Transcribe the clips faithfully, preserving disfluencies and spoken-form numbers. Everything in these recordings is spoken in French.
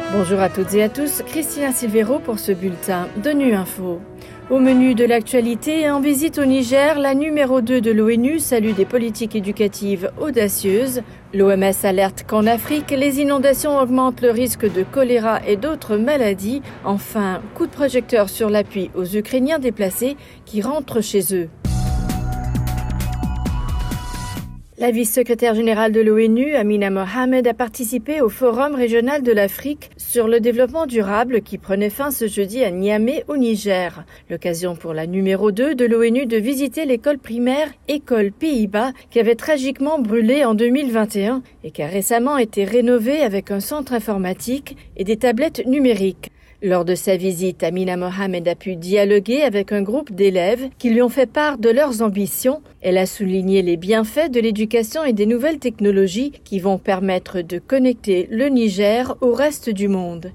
Bonjour à toutes et à tous, Christina Silvero pour ce bulletin de Nu Info. Au menu de l'actualité, en visite au Niger, la numéro deux de l'ONU salue des politiques éducatives audacieuses. L'O M S alerte qu'en Afrique, les inondations augmentent le risque de choléra et d'autres maladies. Enfin, coup de projecteur sur l'appui aux Ukrainiens déplacés qui rentrent chez eux. La vice-secrétaire générale de l'ONU, Amina Mohamed, a participé au Forum régional de l'Afrique sur le développement durable qui prenait fin ce jeudi à Niamey, au Niger. L'occasion pour la numéro deux de l'ONU de visiter l'école primaire École Pays-Bas qui avait tragiquement brûlé en deux mille vingt et un et qui a récemment été rénovée avec un centre informatique et des tablettes numériques. Lors de sa visite, Amina Mohamed a pu dialoguer avec un groupe d'élèves qui lui ont fait part de leurs ambitions. Elle a souligné les bienfaits de l'éducation et des nouvelles technologies qui vont permettre de connecter le Niger au reste du monde.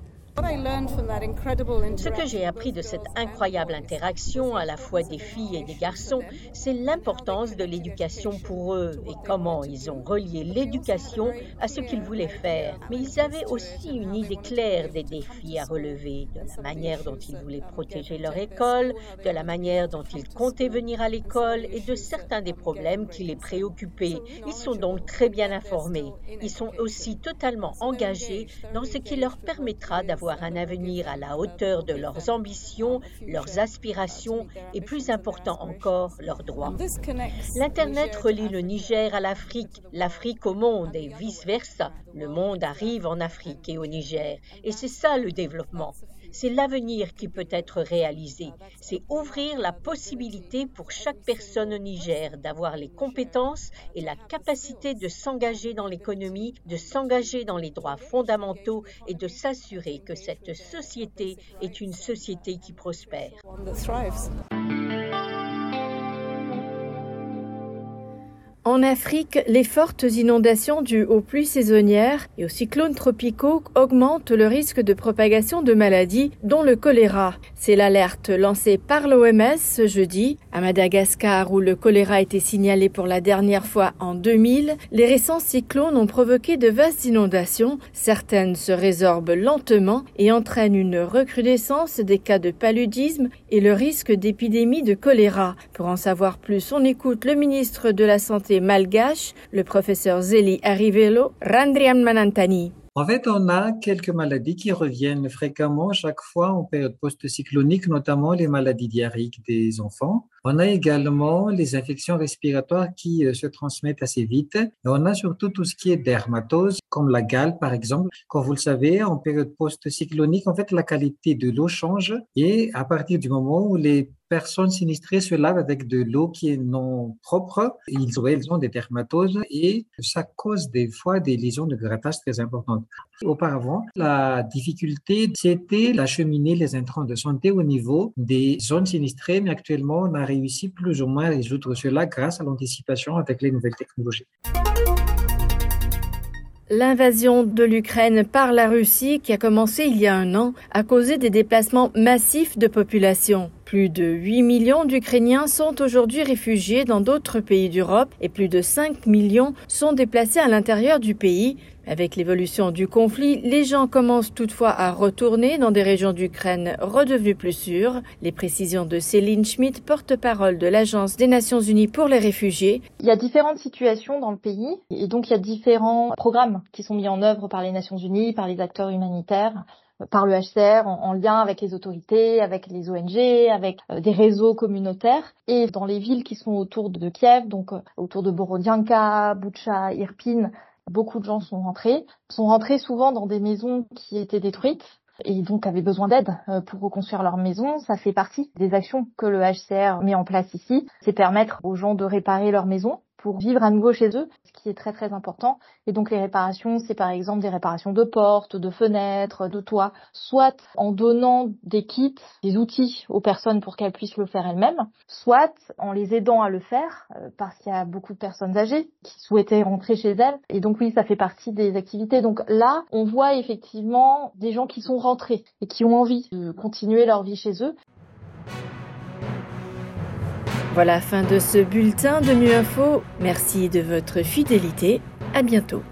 Ce que j'ai appris de cette incroyable interaction, à la fois des filles et des garçons, c'est l'importance de l'éducation pour eux et comment ils ont relié l'éducation à ce qu'ils voulaient faire. Mais ils avaient aussi une idée claire des défis à relever, de la manière dont ils voulaient protéger leur école, de la manière dont ils comptaient venir à l'école et de certains des problèmes qui les préoccupaient. Ils sont donc très bien informés. Ils sont aussi totalement engagés dans ce qui leur permettra d'avoir un avenir à la hauteur de leurs ambitions, leurs aspirations et, plus important encore, leurs droits. L'Internet relie le Niger à l'Afrique, l'Afrique au monde et vice-versa. Le monde arrive en Afrique et au Niger. Et c'est ça le développement. C'est l'avenir qui peut être réalisé. C'est ouvrir la possibilité pour chaque personne au Niger d'avoir les compétences et la capacité de s'engager dans l'économie, de s'engager dans les droits fondamentaux et de s'assurer que cette société est une société qui prospère. En Afrique, les fortes inondations dues aux pluies saisonnières et aux cyclones tropicaux augmentent le risque de propagation de maladies, dont le choléra. C'est l'alerte lancée par l'O M S ce jeudi. À Madagascar, où le choléra a été signalé pour la dernière fois en deux mille, les récents cyclones ont provoqué de vastes inondations. Certaines se résorbent lentement et entraînent une recrudescence des cas de paludisme et le risque d'épidémie de choléra. Pour en savoir plus, on écoute le ministre de la Santé malgache, le professeur Zélie Arivelo Randriamanantani. En fait, on a quelques maladies qui reviennent fréquemment chaque fois en période post-cyclonique, notamment les maladies diarrhéiques des enfants. On a également les infections respiratoires qui se transmettent assez vite. Et on a surtout tout ce qui est dermatose, comme la gale par exemple. Comme vous le savez, en période post-cyclonique, en fait, la qualité de l'eau change et à partir du moment où les personnes sinistrées se lavent avec de l'eau qui est non propre, ils ont, elles ont des dermatoses et ça cause des fois des lésions de grattage très importantes. Auparavant, la difficulté, c'était d'acheminer les intrants de santé au niveau des zones sinistrées, mais actuellement, on a réussi plus ou moins à résoudre cela grâce à l'anticipation avec les nouvelles technologies. L'invasion de l'Ukraine par la Russie, qui a commencé il y a un an, a causé des déplacements massifs de population. Plus de huit millions d'Ukrainiens sont aujourd'hui réfugiés dans d'autres pays d'Europe et plus de cinq millions sont déplacés à l'intérieur du pays. Avec l'évolution du conflit, les gens commencent toutefois à retourner dans des régions d'Ukraine redevenues plus sûres. Les précisions de Céline Schmidt, porte-parole de l'Agence des Nations Unies pour les réfugiés. Il y a différentes situations dans le pays et donc il y a différents programmes qui sont mis en œuvre par les Nations Unies, par les acteurs humanitaires, par le H C R en, en lien avec les autorités, avec les O N G, avec euh, des réseaux communautaires. Et dans les villes qui sont autour de Kiev, donc euh, autour de Borodianka, Boutcha, Irpin, beaucoup de gens sont rentrés, sont rentrés souvent dans des maisons qui étaient détruites et donc avaient besoin d'aide pour reconstruire leur maison. Ça fait partie des actions que le H C R met en place ici. C'est permettre aux gens de réparer leur maison pour vivre à nouveau chez eux, ce qui est très très important. Et donc les réparations, c'est par exemple des réparations de portes, de fenêtres, de toits, soit en donnant des kits, des outils aux personnes pour qu'elles puissent le faire elles-mêmes, soit en les aidant à le faire, euh, parce qu'il y a beaucoup de personnes âgées qui souhaitaient rentrer chez elles. Et donc oui, ça fait partie des activités. Donc là, on voit effectivement des gens qui sont rentrés et qui ont envie de continuer leur vie chez eux. Voilà, fin de ce bulletin de Nu Info. Merci de votre fidélité. À bientôt.